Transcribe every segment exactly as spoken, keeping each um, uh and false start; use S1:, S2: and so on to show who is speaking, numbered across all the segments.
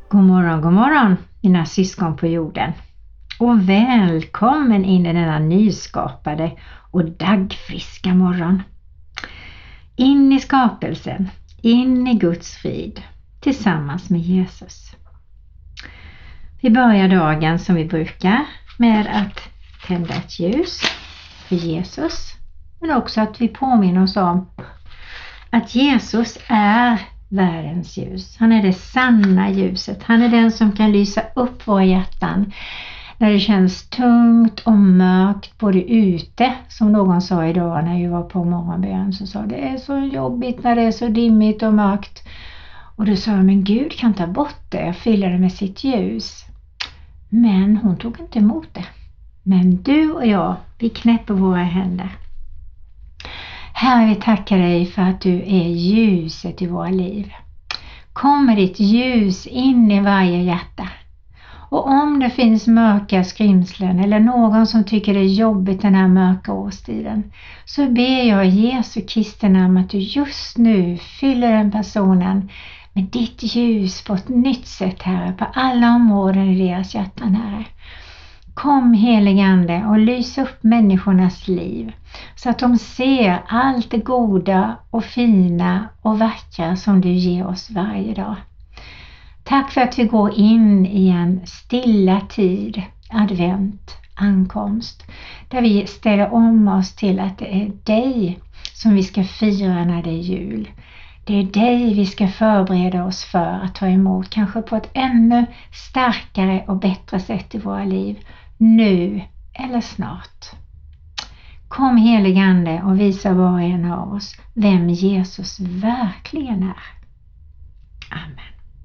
S1: God morgon, god morgon mina syskon på jorden. Och välkommen in i denna nyskapade och daggfriska morgon. In i skapelsen, in i Guds frid tillsammans med Jesus. Vi börjar dagen som vi brukar med att tända ett ljus för Jesus. Men också att vi påminner oss om att Jesus är världens ljus. Han är det sanna ljuset. Han är den som kan lysa upp våra hjärtan när det känns tungt och mörkt både ute, som någon sa idag när jag var på morgonbön, så sa det är så jobbigt när det är så dimmigt och mörkt. Och då sa jag, men Gud kan ta bort det och fylla det med sitt ljus. Men hon tog inte emot det. Men du och jag, vi knäpper våra händer. Herre, vi tackar dig för att du är ljuset i våra liv. Kom med ditt ljus in i varje hjärta. Och om det finns mörka skrimslen eller någon som tycker det är jobbigt den här mörka årstiden, så ber jag i Jesu Kristi namn att du just nu fyller den personen med ditt ljus på ett nytt sätt, Herre, på alla områden i deras hjärtan, Herre. Kom helige Ande och lys upp människornas liv så att de ser allt det goda och fina och vackra som du ger oss varje dag. Tack för att vi går in i en stilla tid, advent, ankomst, där vi ställer om oss till att det är dig som vi ska fira när det är jul. Det är dig vi ska förbereda oss för att ta emot, kanske på ett ännu starkare och bättre sätt i våra liv, nu eller snart. Kom helige Ande och visa var och en av oss vem Jesus verkligen är. Amen.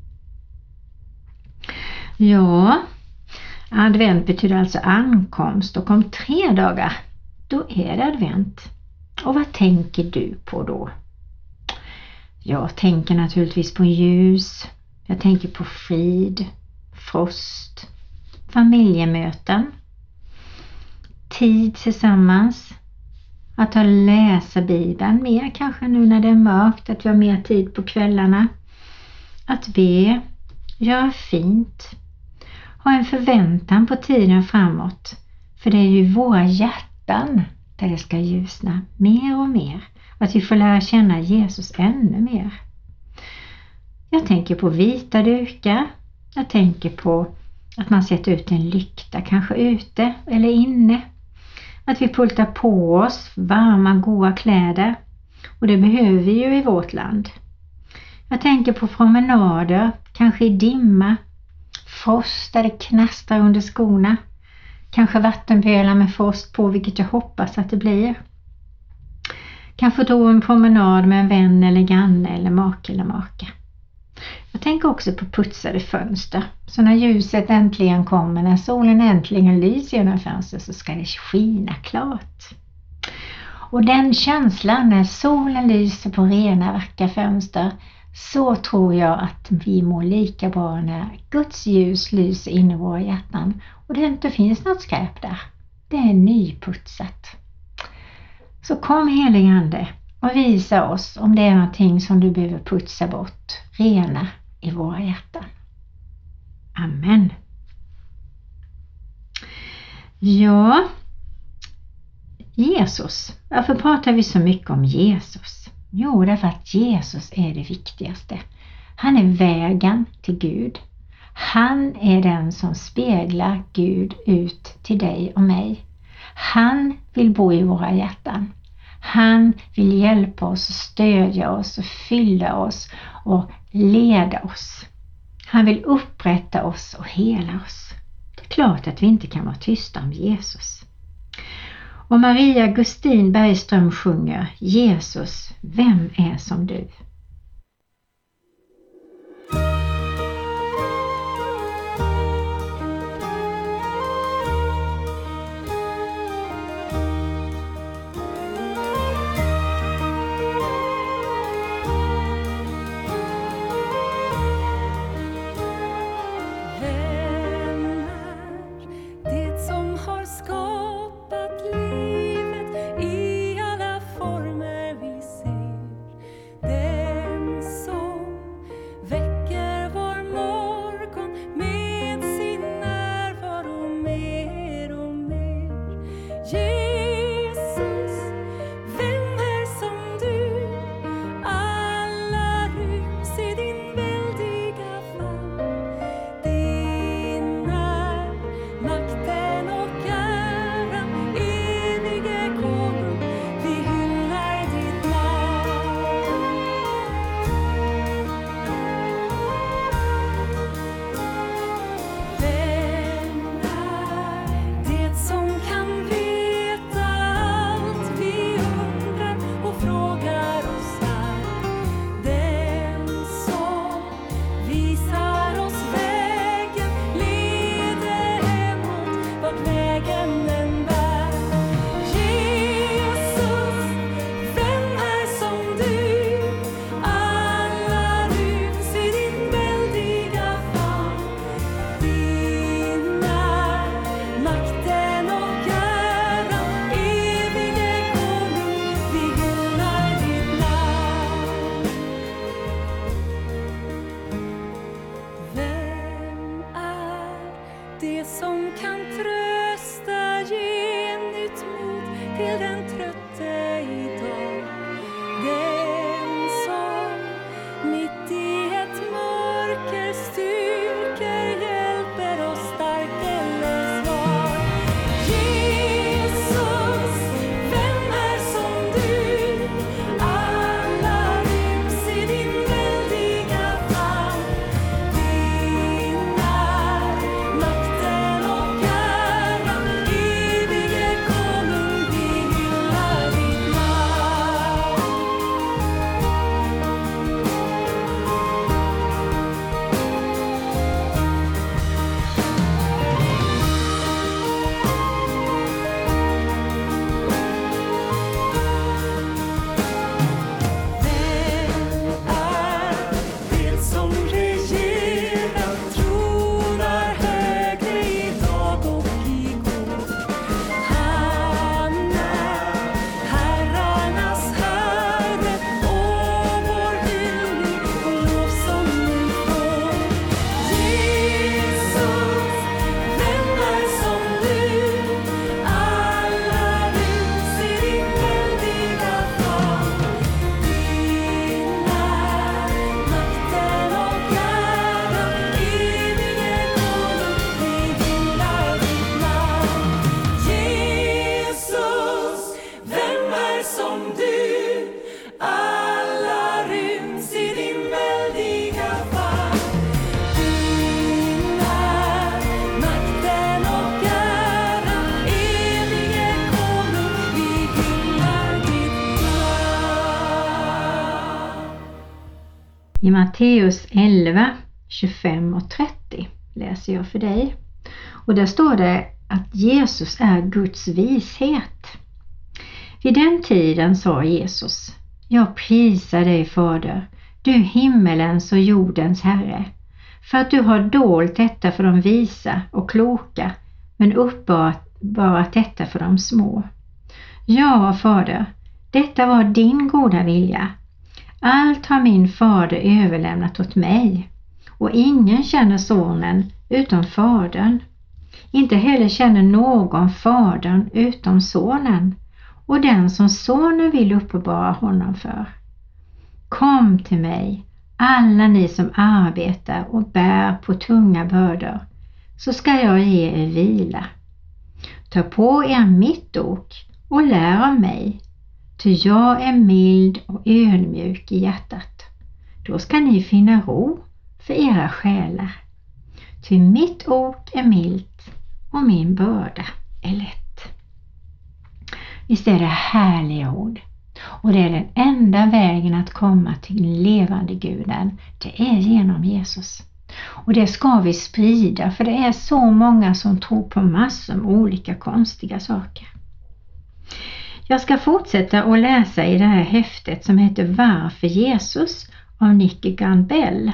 S1: Ja, advent betyder alltså ankomst, och om tre dagar, då är det advent. Och vad tänker du på då? Jag tänker naturligtvis på ljus, jag tänker på frid, frost, familjemöten, tid tillsammans, att ta läsa Bibeln mer kanske nu när det är mörkt, att vi har mer tid på kvällarna, att be, göra fint, ha en förväntan på tiden framåt, för det är ju våra hjärtan där det ska ljusna mer och mer, och att vi får lära känna Jesus ännu mer. Jag tänker på vita dukar, jag tänker på att man sätter ut en lykta, kanske ute eller inne. Att vi pultar på oss varma, goda kläder. Och det behöver vi ju i vårt land. Jag tänker på promenader, kanske i dimma. Frost där det knastrar under skorna. Kanske vattenpölar med frost på, vilket jag hoppas att det blir. Kanske då en promenad med en vän eller granne eller make eller maka. Jag tänker också på putsade fönster. Så när ljuset äntligen kommer, när solen äntligen lyser genom fönstret, så ska det skina klart. Och den känslan när solen lyser på rena vackra fönster, så tror jag att vi mår lika bra när Guds ljus lyser in i våra hjärtan. Och det inte finns något skräp där. Det är nyputsat. Så kom helige Ande och visa oss om det är någonting som du behöver putsa bort, rena i våra hjärtan. Amen. Ja, Jesus. Varför pratar vi så mycket om Jesus? Jo, därför att Jesus är det viktigaste. Han är vägen till Gud. Han är den som speglar Gud ut till dig och mig. Han vill bo i våra hjärtan. Han vill hjälpa oss, stödja oss och fylla oss och leda oss. Han vill upprätta oss och hela oss. Det är klart att vi inte kan vara tysta om Jesus. Och Maria Gustin Bergström sjunger: Jesus, vem är som du?
S2: Skapat livet i alla former vi ser. Det
S1: I Matteus elva, tjugofem och trettio läser jag för dig. Och där står det att Jesus är Guds vishet. Vid den tiden sa Jesus: Jag prisar dig, Fader, du himmelens och jordens Herre, för att du har dolt detta för de visa och kloka, men uppenbarat detta för de små. Ja, Fader, detta var din goda vilja. Allt har min fader överlämnat åt mig, och ingen känner sonen utom fadern. Inte heller känner någon fadern utom sonen, och den som sonen vill uppenbara honom för. Kom till mig, alla ni som arbetar och bär på tunga bördor, så ska jag ge er vila. Ta på er mitt ok och lär av mig, ty jag är mild och ödmjuk i hjärtat. Då ska ni finna ro för era själar. Ty mitt ok är milt och min börda är lätt. Visst är det härliga ord. Och det är den enda vägen att komma till den levande Guden. Det är genom Jesus. Och det ska vi sprida, för det är så många som tror på massor med olika konstiga saker. Jag ska fortsätta att läsa i det här häftet som heter Varför Jesus av Nicky Gamble.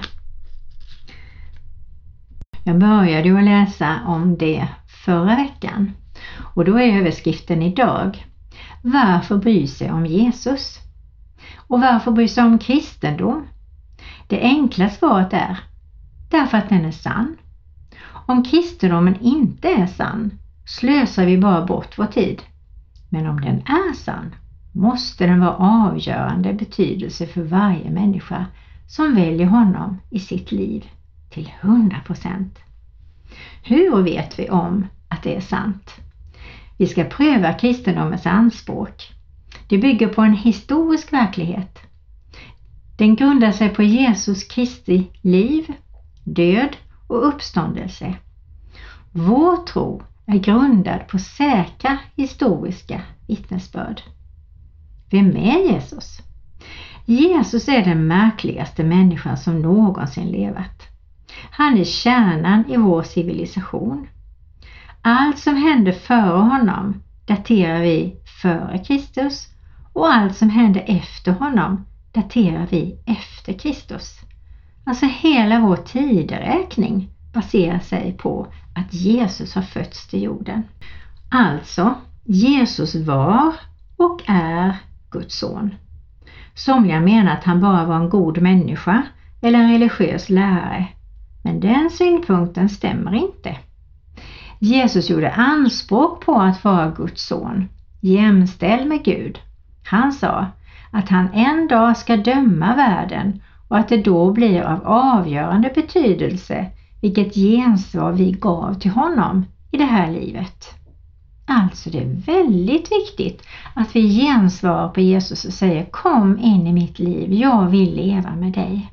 S1: Jag började att läsa om det förra veckan. Och då är överskriften idag: Varför bry sig om Jesus? Och varför bry sig om kristendom? Det enkla svaret är: därför att den är sann. Om kristendomen inte är sann, slösar vi bara bort vår tid. Men om den är sann, måste den vara avgörande betydelse för varje människa som väljer honom i sitt liv till hundra procent. Hur vet vi om att det är sant? Vi ska pröva kristendomens anspråk. Det bygger på en historisk verklighet. Den grundar sig på Jesus Kristi liv, död och uppståndelse. Vår tro är grundad på säkra historiska vittnesbörd. Vem är Jesus? Jesus är den märkligaste människan som någonsin levat. Han är kärnan i vår civilisation. Allt som hände före honom daterar vi före Kristus, och allt som hände efter honom daterar vi efter Kristus. Alltså hela vår tideräkning baserar sig på att Jesus har fötts till jorden. Alltså, Jesus var och är Guds son. Somliga menar att han bara var en god människa eller en religiös lärare. Men den synpunkten stämmer inte. Jesus gjorde anspråk på att vara Guds son, jämställd med Gud. Han sa att han en dag ska döma världen och att det då blir av avgörande betydelse vilket gensvar vi gav till honom i det här livet. Alltså det är väldigt viktigt att vi gensvarar på Jesus och säger: kom in i mitt liv, jag vill leva med dig.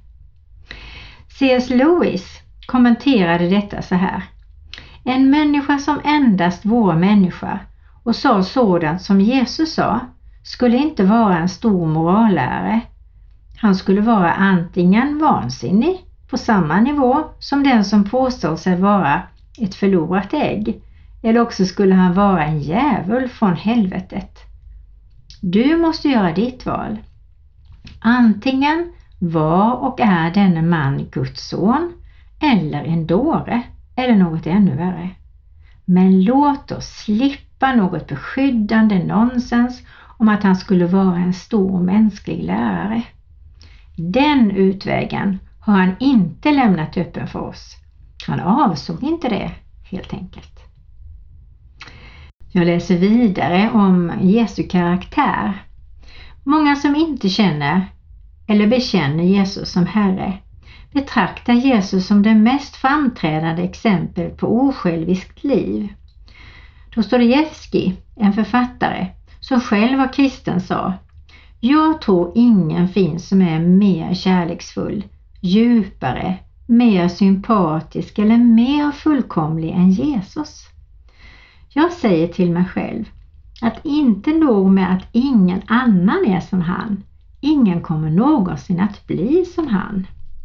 S1: C S Lewis kommenterade detta så här: en människa som endast vore människa och sa sådant som Jesus sa skulle inte vara en stor morallärare. Han skulle vara antingen vansinnig på samma nivå som den som påstår sig vara ett förlorat ägg, eller också skulle han vara en djävul från helvetet. Du måste göra ditt val. Antingen var och är denne man Guds son, eller en dåre, eller något ännu värre. Men låt oss slippa något beskyddande nonsens om att han skulle vara en stor mänsklig lärare. Den utvägen har han inte lämnat öppen för oss. Han avsåg inte det, helt enkelt. Jag läser vidare om Jesu karaktär. Många som inte känner eller bekänner Jesus som Herre betraktar Jesus som det mest framträdande exempel på osjälviskt liv. Dostojevskij, en författare som själv var kristen, sa: jag tror ingen finns som är mer kärleksfull, djupare, mer sympatisk eller mer fullkomlig än Jesus. Jag säger till mig själv att inte nog med att ingen annan är som han, ingen kommer någonsin att bli som han.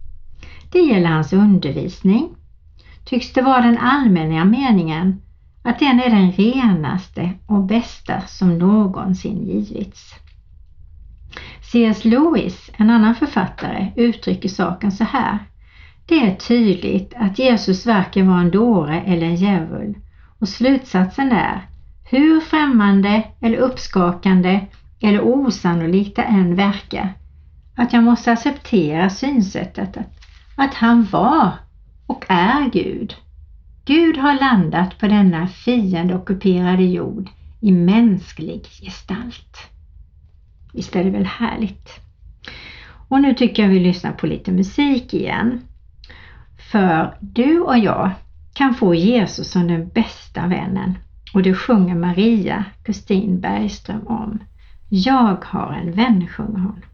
S1: Det gäller hans undervisning. Tycks det vara den allmänna meningen att den är den renaste och bästa som någonsin givits. C S Lewis, en annan författare, uttrycker saken så här. Det är tydligt att Jesus varken var en dåre eller en djävul, och slutsatsen är, hur främmande eller uppskakande eller osannolikt det än verkar, att jag måste acceptera synsättet att, att han var och är Gud. Gud har landat på denna fiendockuperade jord i mänsklig gestalt. Visst är det väl härligt? Och nu tycker jag vi lyssnar på lite musik igen. För du och jag kan få Jesus som den bästa vännen. Och det sjunger Maria Kristin Bergström om. Jag har en vän, sjunger hon.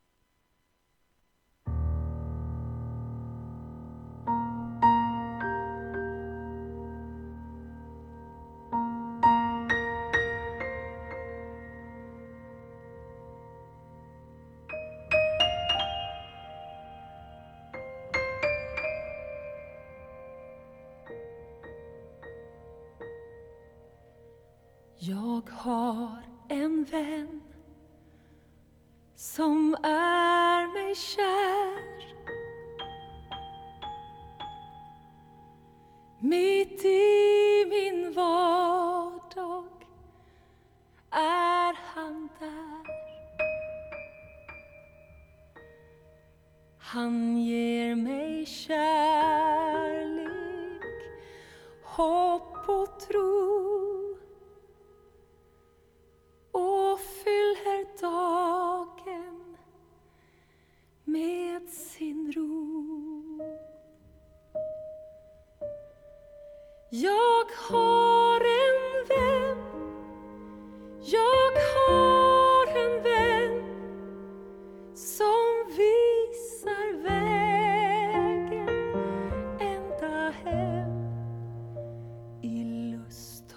S2: Jag har en vän som är mig kär. Mitt i min vardag är han där. Han ger mig kärlek, hopp och tro. Och fyller dagen med sin ro. Jag har en vän, jag har en vän som visar vägen ända hem i lust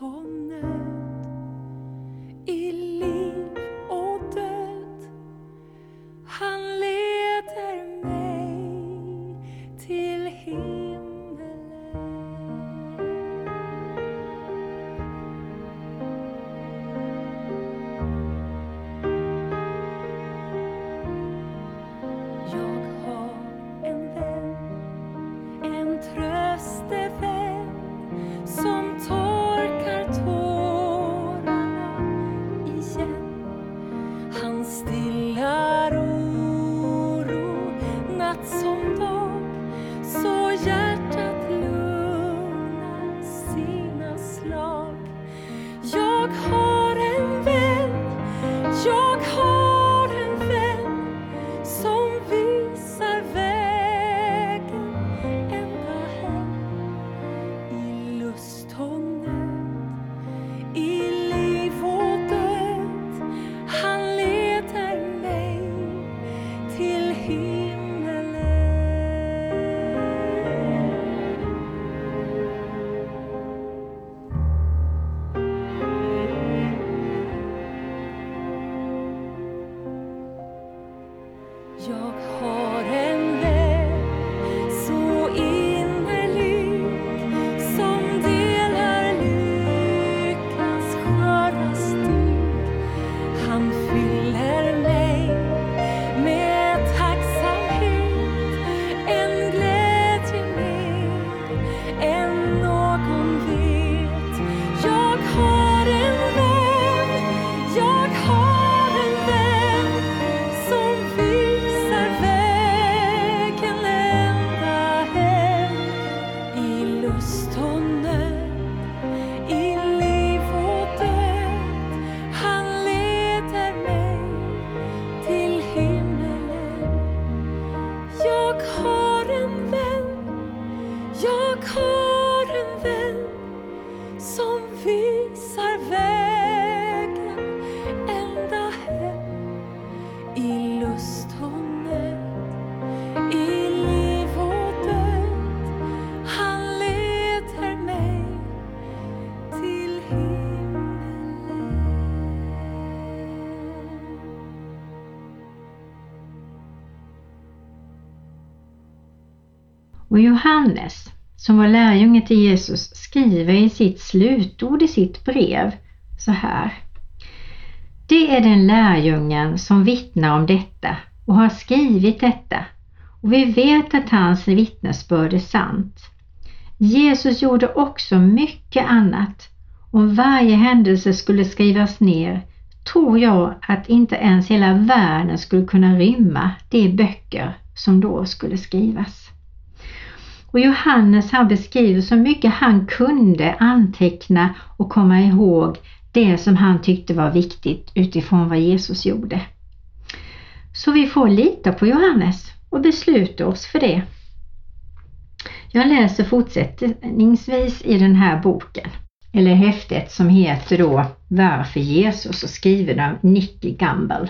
S1: Och Johannes, som var lärjunge till Jesus, skriver i sitt slutord i sitt brev så här: Det är den lärjungen som vittnar om detta och har skrivit detta, och vi vet att hans vittnesbörd är sant. Jesus gjorde också mycket annat. Om varje händelse skulle skrivas ner, tror jag att inte ens hela världen skulle kunna rymma de böcker som då skulle skrivas. Och Johannes har beskrivit så mycket han kunde anteckna och komma ihåg det som han tyckte var viktigt utifrån vad Jesus gjorde. Så vi får lita på Johannes och besluta oss för det. Jag läser fortsättningsvis i den här boken, eller häftet som heter då Varför Jesus, och skriven av Nicky Gamble.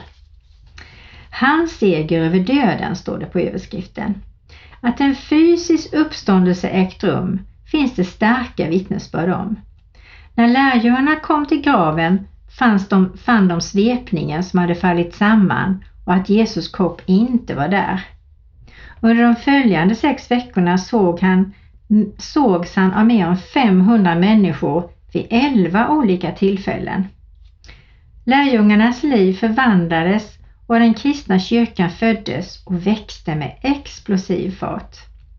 S1: Hans seger över döden, står det på överskriften. Att en fysisk uppståndelse ägt rum finns det starka vittnesbörd om. När lärjungarna kom till graven fanns de, fann de svepningen som hade fallit samman och att Jesus kropp inte var där. Under de följande sex veckorna såg han, sågs han av mer än femhundra människor vid elva olika tillfällen. Lärjungarnas liv förvandlades och den kristna kyrkan föddes och växte med explosiv fart.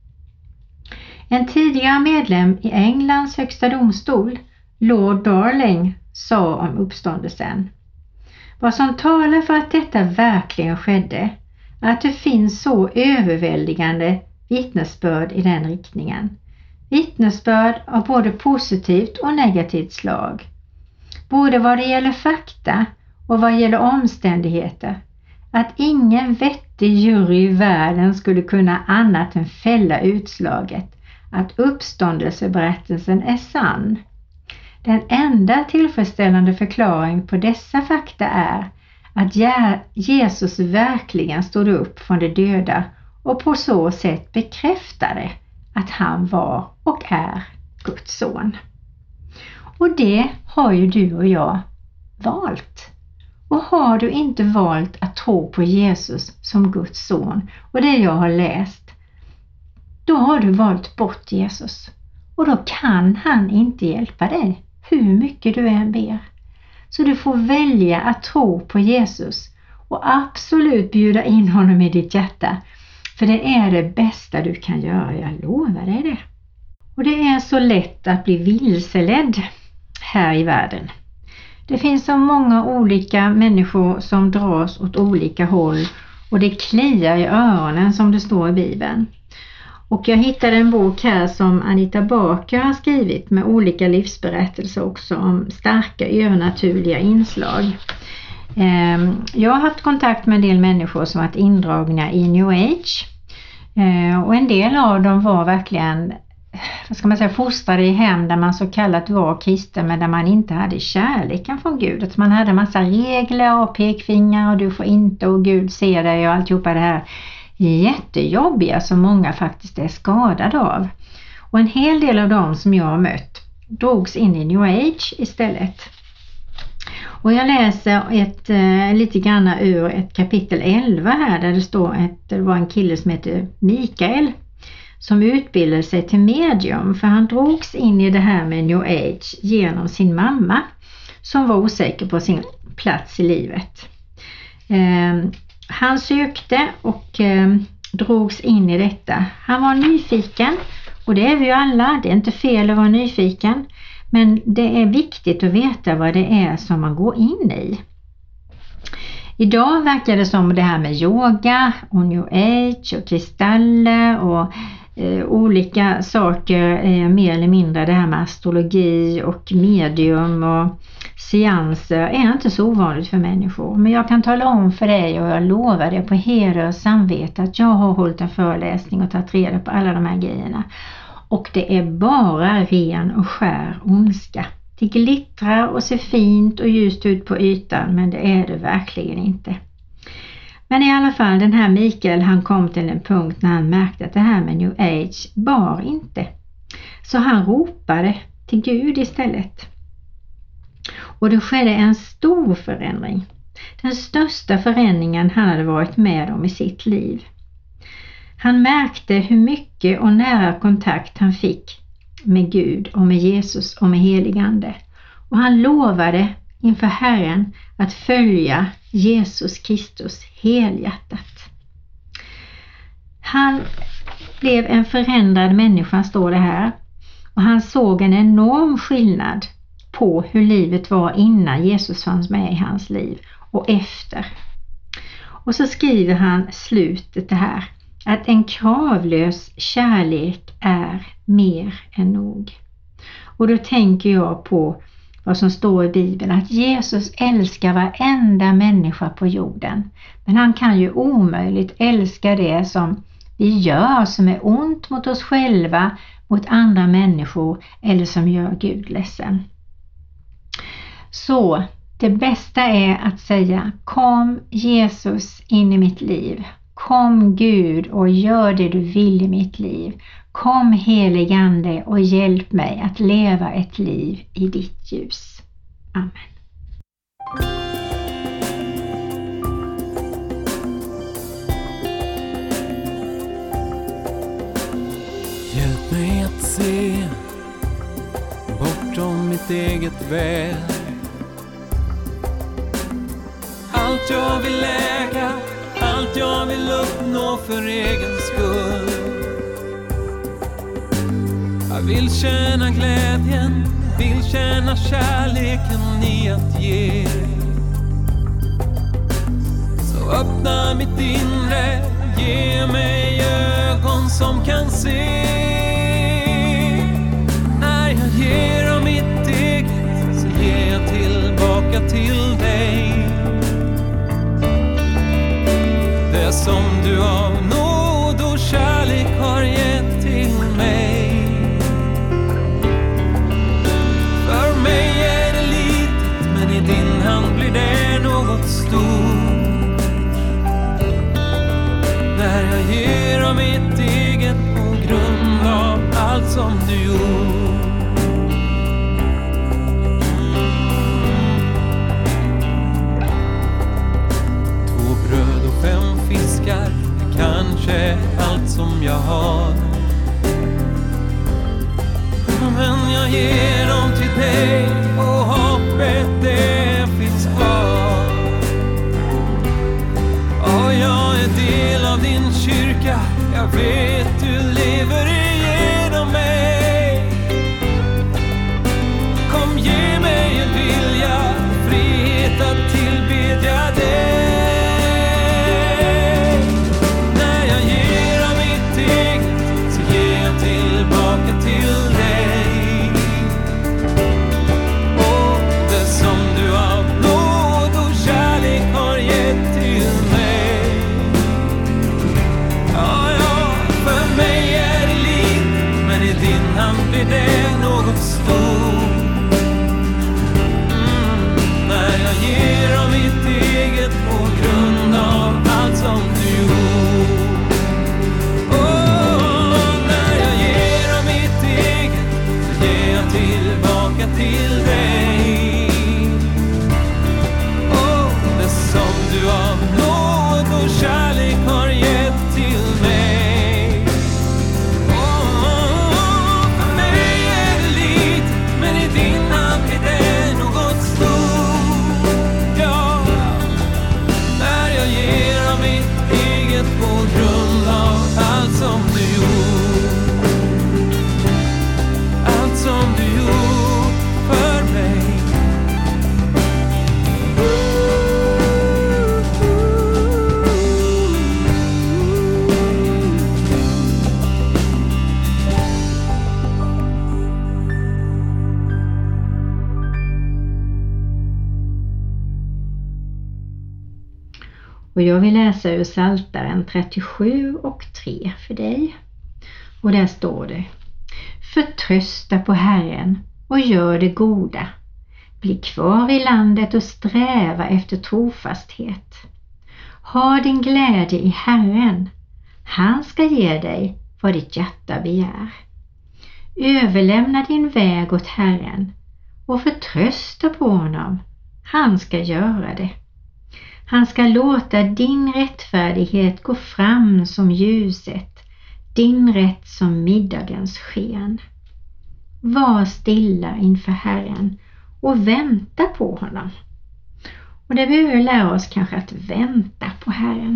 S1: En tidigare medlem i Englands högsta domstol, Lord Darling, sa om uppståndelsen: Vad som talar för att detta verkligen skedde är att det finns så överväldigande vittnesbörd i den riktningen. Vittnesbörd av både positivt och negativt slag. Både vad det gäller fakta och vad gäller omständigheter. Att ingen vettig jury i världen skulle kunna annat än fälla utslaget att uppståndelseberättelsen är sann. Den enda tillfredsställande förklaring på dessa fakta är att Jesus verkligen stod upp från de döda och på så sätt bekräftade att han var och är Guds son. Och det har ju du och jag valt. Och har du inte valt att tro på Jesus som Guds son och det jag har läst, då har du valt bort Jesus. Och då kan han inte hjälpa dig hur mycket du än ber. Så du får välja att tro på Jesus och absolut bjuda in honom i ditt hjärta. För det är det bästa du kan göra, jag lovar dig det. Och det är så lätt att bli vilseledd här i världen. Det finns så många olika människor som dras åt olika håll och det kliar i öronen som det står i Bibeln. Och jag hittade en bok här som Anita Baker har skrivit med olika livsberättelser också om starka övernaturliga inslag. Jag har haft kontakt med en del människor som varit indragna i New Age. Och en del av dem var verkligen, vad ska man säga, fostrade i hem där man så kallat var kristen men där man inte hade kärleken från Gud. Att man hade massa regler och pekfingrar och du får inte och Gud ser dig och alltihopa det här jättejobbiga som många faktiskt är skadade av. Och en hel del av dem som jag har mött drogs in i New Age istället. Och jag läser ett, eh, lite grann ur ett kapitel elva här där det står att det var en kille som heter Mikael som utbildade sig till medium, för han drogs in i det här med New Age genom sin mamma som var osäker på sin plats i livet. Eh, han sökte och eh, drogs in i detta. Han var nyfiken och det är vi ju alla, det är inte fel att vara nyfiken. Men det är viktigt att veta vad det är som man går in i. Idag verkar det som det här med yoga och New Age och kristaller och eh, olika saker, eh, mer eller mindre det här med astrologi och medium och seanser är inte så ovanligt för människor. Men jag kan tala om för dig och jag lovar dig på heder och samvete att jag har hållit en föreläsning och tagit reda på alla de här grejerna. Och det är bara ren och skär ondska. Det glittrar och ser fint och ljust ut på ytan, men det är det verkligen inte. Men i alla fall, den här Mikael, han kom till en punkt när han märkte att det här med New Age bar inte. Så han ropade till Gud istället. Och det skedde en stor förändring. Den största förändringen han hade varit med om i sitt liv. Han märkte hur mycket och nära kontakt han fick med Gud och med Jesus och med heligande. Och han lovade inför Herren att följa Jesus Kristus helhjärtat. Han blev en förändrad människa, står det här. Och han såg en enorm skillnad på hur livet var innan Jesus fanns med i hans liv och efter. Och så skriver han slutet det här. Att en kravlös kärlek är mer än nog. Och då tänker jag på vad som står i Bibeln. Att Jesus älskar varenda människa på jorden. Men han kan ju omöjligt älska det som vi gör som är ont mot oss själva, mot andra människor eller som gör Gud ledsen. Så det bästa är att säga: kom Jesus in i mitt liv. Kom Gud och gör det du vill i mitt liv. Kom heligande och hjälp mig att leva ett liv i ditt ljus. Amen.
S3: Hjälp mig att se bortom mitt eget väl. Allt jag vill äga, allt jag vill uppnå för egen skull. Jag vill känna glädjen, vill känna kärleken i att ge. Så öppna mitt inre, ge mig ögon som kan se. När jag ger av mitt eget så ger jag tillbaka till dig. Det som du av nåd och kärlek har gett till mig. För mig är det litet, men i din hand blir det något stort. När jag ger av mitt eget på grund av allt som du gjort. Två bröd och fem fiskar, det kanske allt som jag har. Men jag ger dem till dig och hoppet det finns kvar. Och jag är del av din kyrka, jag vet du lever igenom mig. Kom ge mig en vilja, frihet att tillbedja dig. När jag ger av mitt eget så ger jag tillbaka till dig. Och det som du av nåd och kärlek har gett till mig. Ja, ja, för mig är det litet, men i din hand blir det något stort. Mm, när jag ger av mitt eget på grund av allt som du gjort. Oh, när jag ger av mitt eget så ger jag tillbaka till dig. Oh, det som du av nåd och kärlek har gett till mig. Oh, för mig är det litet, men i din hand är det något stort. Ja, när jag ger av mitt eget på grund av allt som du gjort. Allt som du gjort för mig.
S1: Och jag vill läsa ur Psaltaren trettiosju och tre för dig. Och där står det: förtrösta på Herren och gör det goda. Bli kvar i landet och sträva efter trofasthet. Ha din glädje i Herren. Han ska ge dig vad ditt hjärta begär. Överlämna din väg åt Herren och förtrösta på honom. Han ska göra det. Han ska låta din rättfärdighet gå fram som ljuset, din rätt som middagens sken. Var stilla inför Herren och vänta på honom. Och det behöver vi lära oss kanske att vänta på Herren.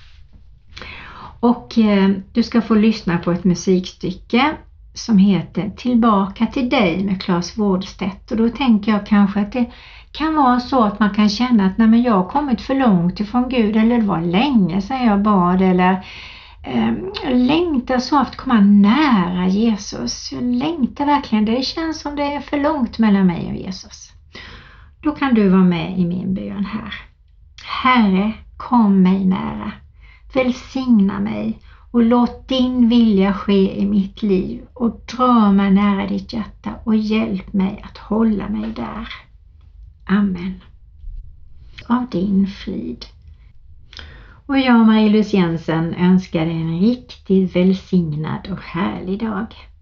S1: Och eh, du ska få lyssna på ett musikstycke som heter Tillbaka till dig med Claes Wårdstedt. Och då tänker jag kanske att det kan vara så att man kan känna att nej, men jag har kommit för långt ifrån Gud, eller det var länge sedan jag bad, eller eh, längtar så att komma nära Jesus. Jag längtar verkligen, det känns som det är för långt mellan mig och Jesus. Då kan du vara med i min bön här. Herre, kom mig nära. Välsigna mig och låt din vilja ske i mitt liv och dra mig nära ditt hjärta och hjälp mig att hålla mig där. Amen. Av din frid. Och jag, Marie-Louise Jensen, önskar dig en riktigt välsignad och härlig dag.